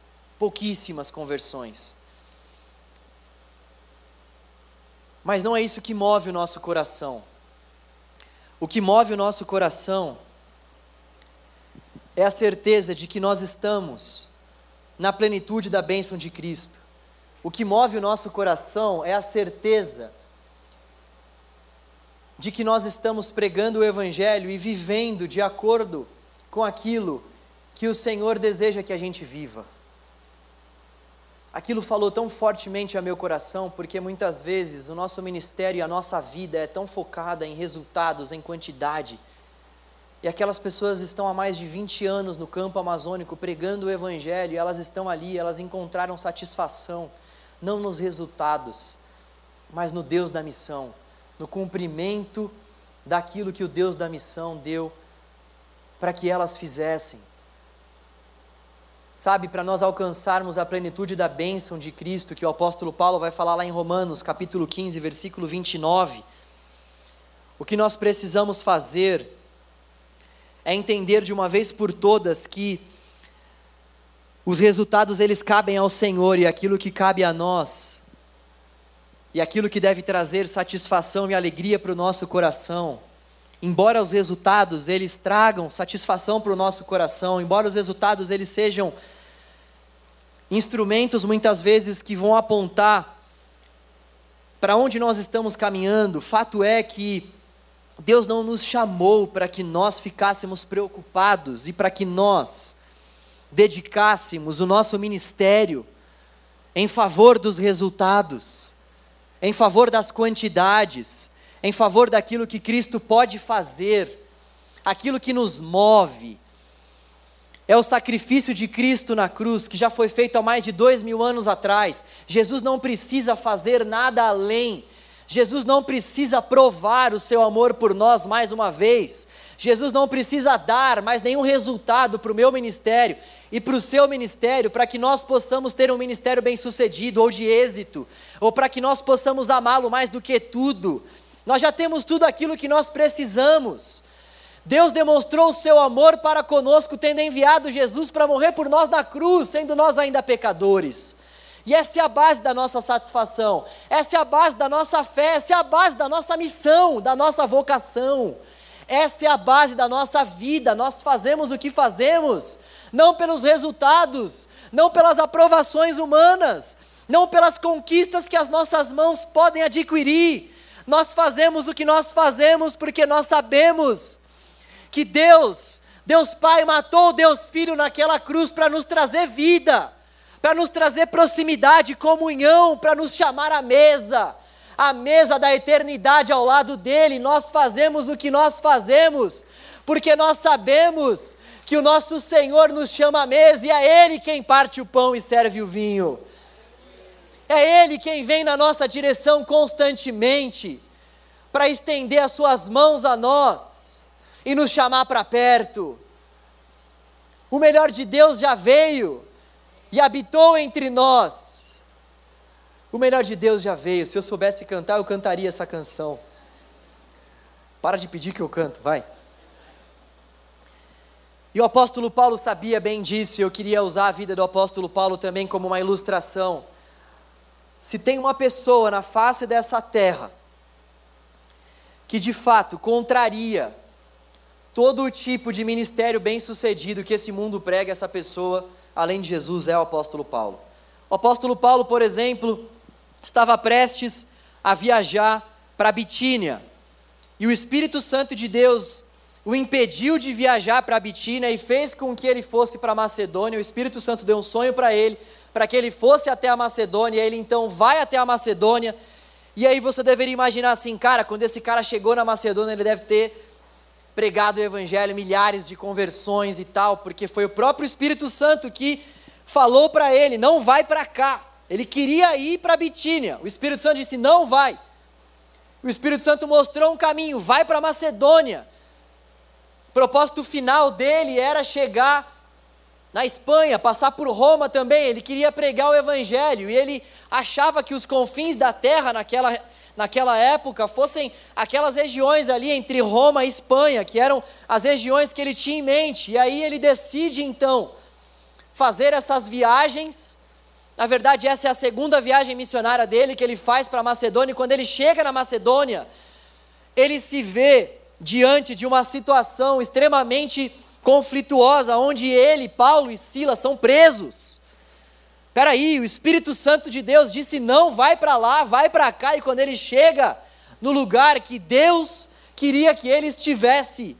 Mas não é isso que move o nosso coração. O que move o nosso coração é a certeza de que nós estamos na plenitude da bênção de Cristo. O que move o nosso coração é a certeza de que nós estamos pregando o Evangelho e vivendo de acordo com aquilo que o Senhor deseja que a gente viva. Aquilo falou tão fortemente ao meu coração, porque muitas vezes o nosso ministério e a nossa vida é tão focada em resultados, em quantidade, e aquelas pessoas estão há mais de 20 anos no campo amazônico pregando o Evangelho, e elas estão ali, elas encontraram satisfação, não nos resultados, mas no Deus da missão, no cumprimento daquilo que o Deus da missão deu para que elas fizessem. Sabe, para nós alcançarmos a plenitude da bênção de Cristo, que o apóstolo Paulo vai falar lá em Romanos, capítulo 15, versículo 29, o que nós precisamos fazer é entender de uma vez por todas que os resultados eles cabem ao Senhor, e aquilo que cabe a nós, e aquilo que deve trazer satisfação e alegria para o nosso coração, embora os resultados eles tragam satisfação para o nosso coração, embora os resultados eles sejam instrumentos muitas vezes que vão apontar para onde nós estamos caminhando, fato é que Deus não nos chamou para que nós ficássemos preocupados e para que nós dedicássemos o nosso ministério em favor dos resultados, em favor das quantidades, em favor daquilo que Cristo pode fazer, aquilo que nos move, é o sacrifício de Cristo na cruz, que já foi feito há mais de 2000 anos atrás. Jesus não precisa fazer nada além. Jesus não precisa provar o seu amor por nós mais uma vez. Jesus não precisa dar mais nenhum resultado para o meu ministério e para o seu ministério, para que nós possamos ter um ministério bem-sucedido ou de êxito, ou para que nós possamos amá-lo mais do que tudo. Nós já temos tudo aquilo que nós precisamos. Deus demonstrou o seu amor para conosco, tendo enviado Jesus para morrer por nós na cruz, sendo nós ainda pecadores. E essa é a base da nossa satisfação, essa é a base da nossa fé, essa é a base da nossa missão, da nossa vocação. Essa é a base da nossa vida. Nós fazemos o que fazemos, não pelos resultados, não pelas aprovações humanas, não pelas conquistas que as nossas mãos podem adquirir. Nós fazemos o que nós fazemos porque nós sabemos que Deus Pai matou o Deus Filho naquela cruz para nos trazer vida, para nos trazer proximidade, comunhão, para nos chamar à mesa da eternidade ao lado dele. Nós fazemos o que nós fazemos, porque nós sabemos que o nosso Senhor nos chama à mesa, e é Ele quem parte o pão e serve o vinho. É Ele quem vem na nossa direção constantemente, para estender as suas mãos a nós, e nos chamar para perto. O melhor de Deus já veio, e habitou entre nós. O melhor de Deus já veio. Se eu soubesse cantar, eu cantaria essa canção. Para de pedir que eu canto, vai. E o apóstolo Paulo sabia bem disso, e eu queria usar a vida do apóstolo Paulo também como uma ilustração. Se tem uma pessoa na face dessa terra, que de fato contraria todo o tipo de ministério bem-sucedido que esse mundo prega, essa pessoa, além de Jesus, é o apóstolo Paulo. O apóstolo Paulo, por exemplo, estava prestes a viajar para a Bitínia, e o Espírito Santo de Deus o impediu de viajar para a Bitínia e fez com que ele fosse para a Macedônia. O Espírito Santo deu um sonho para ele, para que ele fosse até a Macedônia, e ele então vai até a Macedônia, e aí você deveria imaginar assim, cara, quando esse cara chegou na Macedônia, ele deve ter pregado o evangelho, milhares de conversões e tal, porque foi o próprio Espírito Santo que falou para ele, não vai para cá. Ele queria ir para a Bitínia, o Espírito Santo disse, não vai. O Espírito Santo mostrou um caminho, vai para a Macedônia. O propósito final dele era chegar na Espanha, passar por Roma também. Ele queria pregar o evangelho, e ele achava que os confins da terra naquela época fossem aquelas regiões ali entre Roma e Espanha, que eram as regiões que ele tinha em mente. E aí ele decide então fazer essas viagens. Na verdade, essa é a segunda viagem missionária dele que ele faz para a Macedônia, e quando ele chega na Macedônia, ele se vê diante de uma situação extremamente conflituosa, onde ele, Paulo e Silas são presos. Espera aí, o Espírito Santo de Deus disse não, vai para lá, vai para cá, e quando ele chega no lugar que Deus queria que ele estivesse,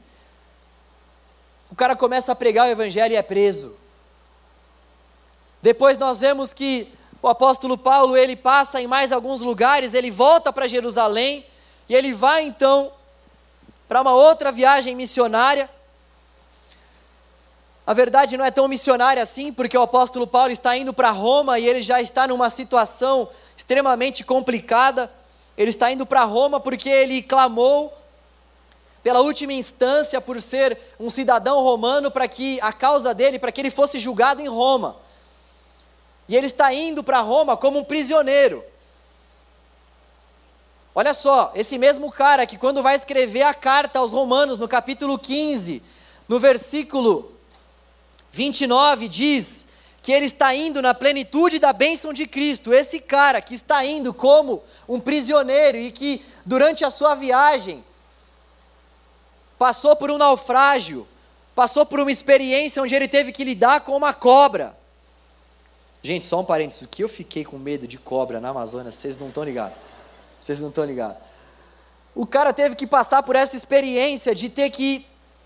o cara começa a pregar o evangelho e é preso. Depois nós vemos que o apóstolo Paulo, ele passa em mais alguns lugares, ele volta para Jerusalém, e ele vai então para uma outra viagem missionária. A verdade não é tão missionária assim, porque o apóstolo Paulo está indo para Roma, e ele já está numa situação extremamente complicada. Ele está indo para Roma porque ele clamou pela última instância por ser um cidadão romano, para que a causa dele, para que ele fosse julgado em Roma. E ele está indo para Roma como um prisioneiro. Olha só, esse mesmo cara que quando vai escrever a carta aos Romanos, no capítulo 15, no versículo 29, diz que ele está indo na plenitude da bênção de Cristo. Esse cara que está indo como um prisioneiro, e que durante a sua viagem passou por um naufrágio, passou por uma experiência onde ele teve que lidar com uma cobra. Gente, só um parênteses, o que eu fiquei com medo de cobra na Amazônia, vocês não estão ligados. Vocês não estão ligados. O cara teve que passar por essa experiência de ter que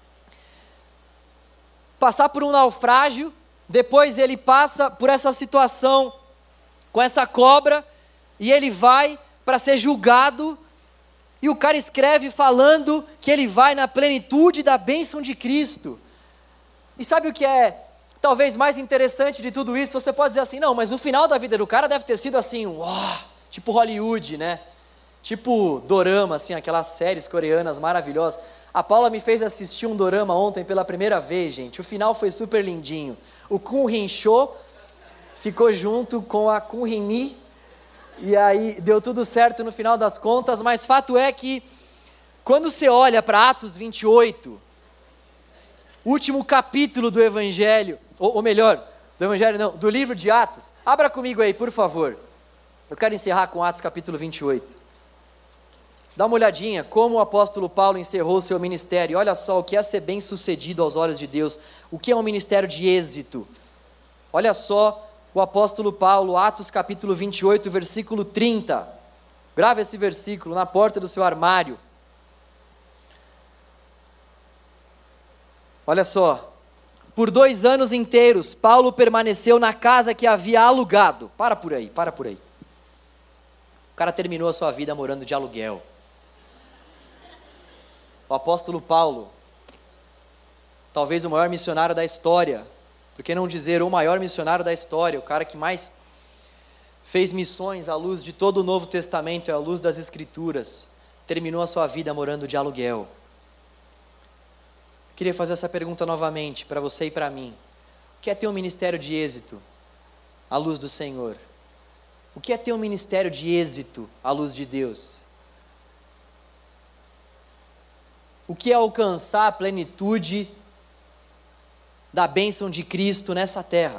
passar por um naufrágio, depois ele passa por essa situação com essa cobra, e ele vai para ser julgado, e o cara escreve falando que ele vai na plenitude da bênção de Cristo. E sabe o que é talvez mais interessante de tudo isso, você pode dizer assim, não, mas o final da vida do cara deve ter sido assim, uau, tipo Hollywood, né? Tipo dorama, assim, aquelas séries coreanas maravilhosas. A Paula me fez assistir um dorama ontem pela primeira vez, gente. O final foi super lindinho. O Kun Rin-cho ficou junto com a Kun Rin-mi, e aí deu tudo certo no final das contas, mas fato é que, quando você olha para Atos 28, último capítulo do Evangelho, ou melhor, do Evangelho não, do livro de Atos, abra comigo aí, por favor. Eu quero encerrar com Atos capítulo 28. Dá uma olhadinha como o apóstolo Paulo encerrou seu ministério. Olha só o que é ser bem sucedido aos olhos de Deus. O que é um ministério de êxito? Olha só o apóstolo Paulo, Atos capítulo 28, versículo 30. Grava esse versículo na porta do seu armário. Olha só. Por 2 anos inteiros, Paulo permaneceu na casa que havia alugado. Para por aí. O cara terminou a sua vida morando de aluguel. O apóstolo Paulo, talvez o maior missionário da história, por que não dizer o maior missionário da história, o cara que mais fez missões à luz de todo o Novo Testamento, à luz das Escrituras, terminou a sua vida morando de aluguel. Eu queria fazer essa pergunta novamente para você e para mim. O que é ter um ministério de êxito à luz do Senhor? O que é ter um ministério de êxito à luz de Deus? O que é alcançar a plenitude da bênção de Cristo nessa terra?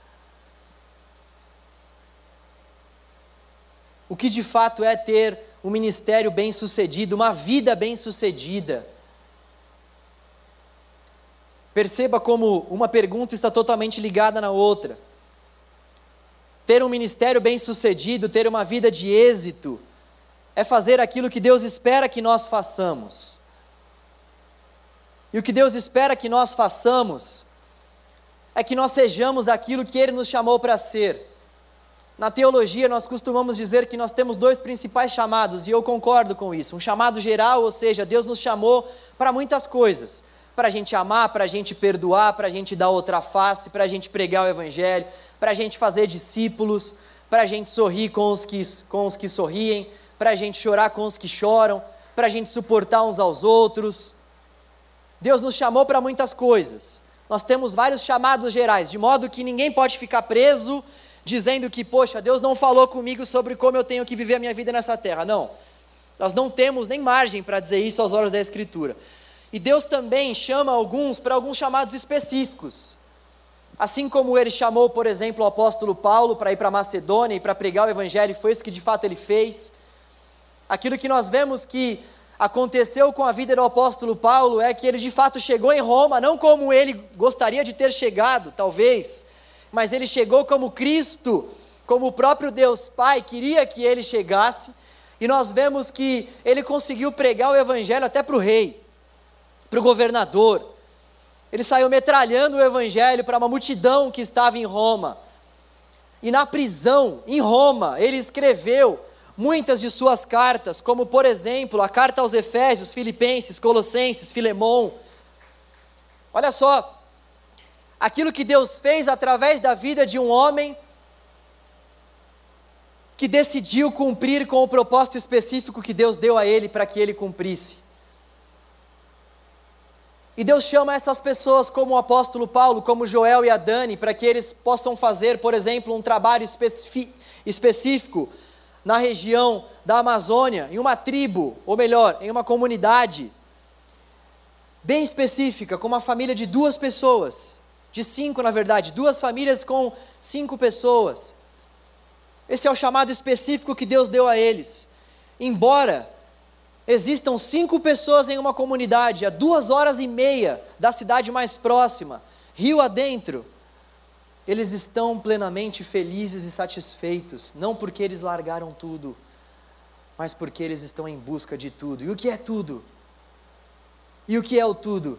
O que de fato é ter um ministério bem-sucedido, uma vida bem-sucedida? Perceba como uma pergunta está totalmente ligada na outra. Ter um ministério bem-sucedido, ter uma vida de êxito, é fazer aquilo que Deus espera que nós façamos. E o que Deus espera que nós façamos é que nós sejamos aquilo que Ele nos chamou para ser. Na teologia nós costumamos dizer que nós temos 2 principais chamados, e eu concordo com isso. Um chamado geral, ou seja, Deus nos chamou para muitas coisas. Para a gente amar, para a gente perdoar, para a gente dar outra face, para a gente pregar o Evangelho, para a gente fazer discípulos, para a gente sorrir com os que sorriem, para a gente chorar com os que choram, para a gente suportar uns aos outros. Deus nos chamou para muitas coisas. Nós temos vários chamados gerais, de modo que ninguém pode ficar preso dizendo que, poxa, Deus não falou comigo sobre como eu tenho que viver a minha vida nessa terra. Não, nós não temos nem margem para dizer isso aos olhos da Escritura. E Deus também chama alguns para alguns chamados específicos. Assim como Ele chamou, por exemplo, o apóstolo Paulo para ir para Macedônia e para pregar o Evangelho, foi isso que de fato Ele fez. Aquilo que nós vemos que aconteceu com a vida do apóstolo Paulo é que ele de fato chegou em Roma, não como ele gostaria de ter chegado, talvez, mas ele chegou como Cristo, como o próprio Deus Pai queria que ele chegasse, e nós vemos que ele conseguiu pregar o Evangelho até para o rei, para o governador. Ele saiu metralhando o Evangelho para uma multidão que estava em Roma, e na prisão, em Roma, ele escreveu muitas de suas cartas, como por exemplo, a carta aos Efésios, Filipenses, Colossenses, Filemon. Olha só, aquilo que Deus fez através da vida de um homem que decidiu cumprir com o propósito específico que Deus deu a ele para que ele cumprisse. E Deus chama essas pessoas como o apóstolo Paulo, como Joel e a Dani, para que eles possam fazer, por exemplo, um trabalho específico na região da Amazônia, em uma tribo, ou melhor, em uma comunidade bem específica, com uma família de 2 pessoas, de 5 na verdade, 2 famílias com 5 pessoas. Esse é o chamado específico que Deus deu a eles. Embora existam 5 pessoas em uma comunidade, a 2h30 da cidade mais próxima, rio adentro, eles estão plenamente felizes e satisfeitos, não porque eles largaram tudo, mas porque eles estão em busca de tudo. E o que é tudo? E o que é o tudo?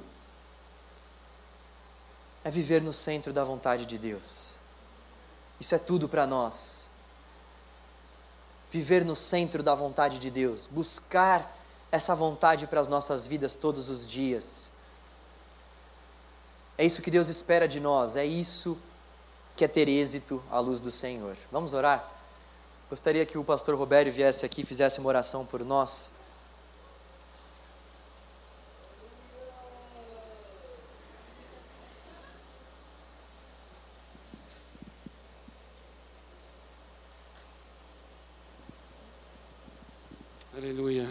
É viver no centro da vontade de Deus. Isso é tudo para nós. Viver no centro da vontade de Deus, buscar essa vontade para as nossas vidas todos os dias. É isso que Deus espera de nós, é isso que é ter êxito à luz do Senhor. Vamos orar? Gostaria que o pastor Robério viesse aqui e fizesse uma oração por nós. Aleluia.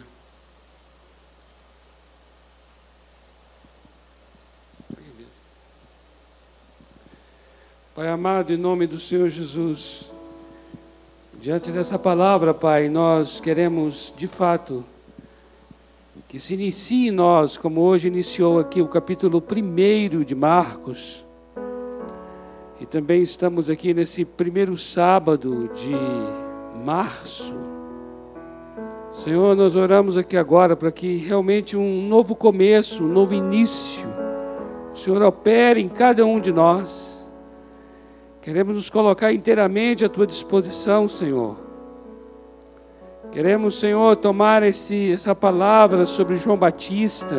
Pai amado, em nome do Senhor Jesus, diante dessa palavra, Pai, nós queremos, de fato, que se inicie em nós, como hoje iniciou aqui o capítulo 1 de Marcos, e também estamos aqui nesse primeiro sábado de março. Senhor, nós oramos aqui agora para que realmente um novo começo, um novo início, o Senhor opere em cada um de nós. Queremos nos colocar inteiramente à Tua disposição, Senhor. Queremos, Senhor, tomar essa palavra sobre João Batista.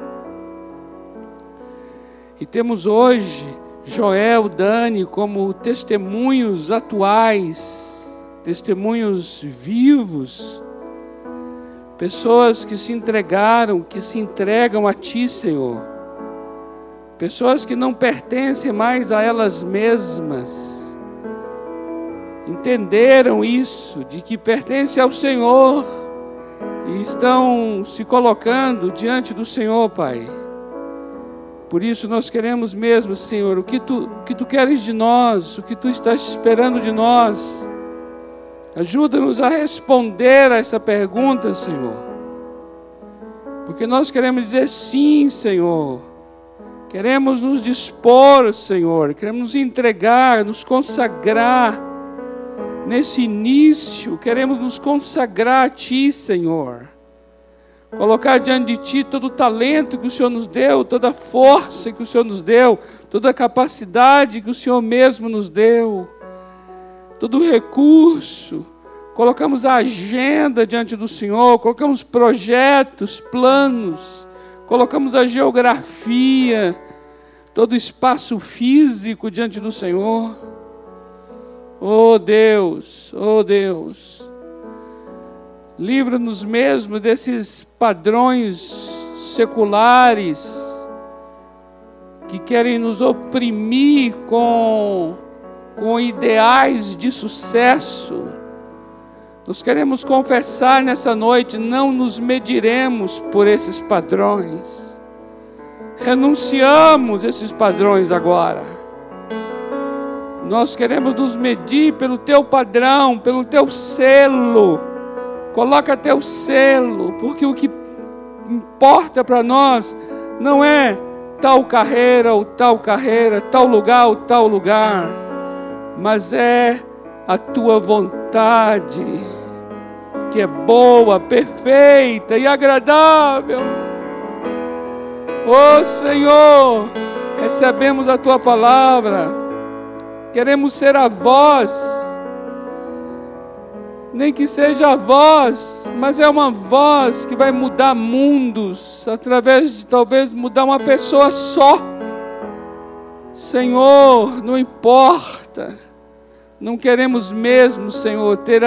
E temos hoje Joel, Dani como testemunhos atuais, testemunhos vivos, pessoas que se entregaram, que se entregam a Ti, Senhor. Pessoas que não pertencem mais a elas mesmas. Entenderam isso, de que pertence ao Senhor. E estão se colocando diante do Senhor, Pai. Por isso nós queremos mesmo, Senhor, o que Tu queres de nós, o que Tu estás esperando de nós. Ajuda-nos a responder a essa pergunta, Senhor. Porque nós queremos dizer sim, Senhor. Queremos nos dispor, Senhor. Queremos nos entregar, nos consagrar. Nesse início, queremos nos consagrar a Ti, Senhor. Colocar diante de Ti todo o talento que o Senhor nos deu, toda a força que o Senhor nos deu, toda a capacidade que o Senhor mesmo nos deu, todo o recurso. Colocamos a agenda diante do Senhor, colocamos projetos, planos, colocamos a geografia, todo o espaço físico diante do Senhor. Oh Deus, livra-nos mesmo desses padrões seculares que querem nos oprimir com ideais de sucesso. Nós queremos confessar nessa noite, não nos mediremos por esses padrões. Renunciamos esses padrões agora. Nós queremos nos medir pelo Teu padrão, pelo Teu selo. Coloca Teu selo, porque o que importa para nós não é tal carreira ou tal carreira, tal lugar ou tal lugar, mas é a Tua vontade, que é boa, perfeita e agradável. Ó Senhor, recebemos a Tua palavra, queremos ser a voz, nem que seja a voz, mas é uma voz que vai mudar mundos, através de talvez mudar uma pessoa só. Senhor, não importa, não queremos mesmo, Senhor, ter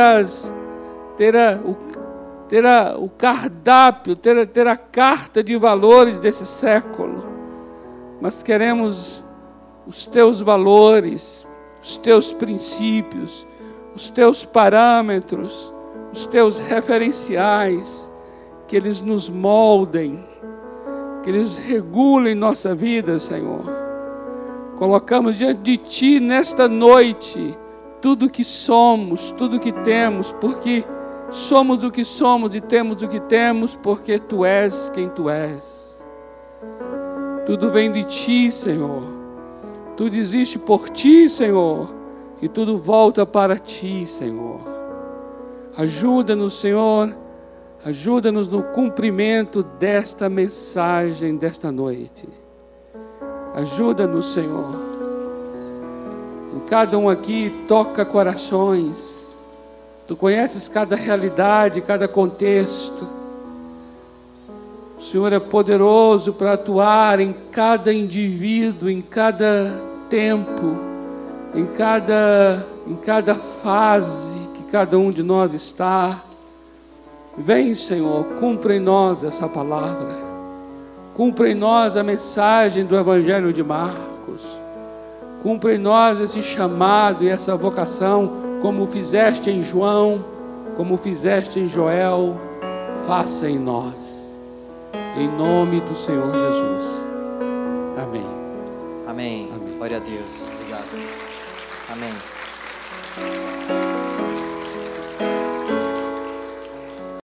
o cardápio, ter a carta de valores desse século, mas queremos os Teus valores, os Teus princípios, os Teus parâmetros, os Teus referenciais, que eles nos moldem, que eles regulem nossa vida, Senhor. Colocamos diante de Ti nesta noite tudo o que somos, tudo o que temos, porque somos o que somos e temos o que temos, porque Tu és quem Tu és. Tudo vem de Ti, Senhor. Tudo existe por Ti, Senhor. E tudo volta para Ti, Senhor. Ajuda-nos, Senhor. Ajuda-nos no cumprimento desta mensagem desta noite. Ajuda-nos, Senhor. Em cada um aqui, toca corações. Tu conheces cada realidade, cada contexto. O O Senhor é poderoso para atuar em cada indivíduo, em cada tempo, em cada fase que cada um de nós está. Vem, Senhor, cumpra em nós essa palavra. Cumpra em nós a mensagem do Evangelho de Marcos. Cumpra em nós esse chamado e essa vocação, como fizeste em João, como fizeste em Joel, faça em nós. Em nome do Senhor Jesus. Amém. Amém. Amém. Glória a Deus. Obrigado. Amém.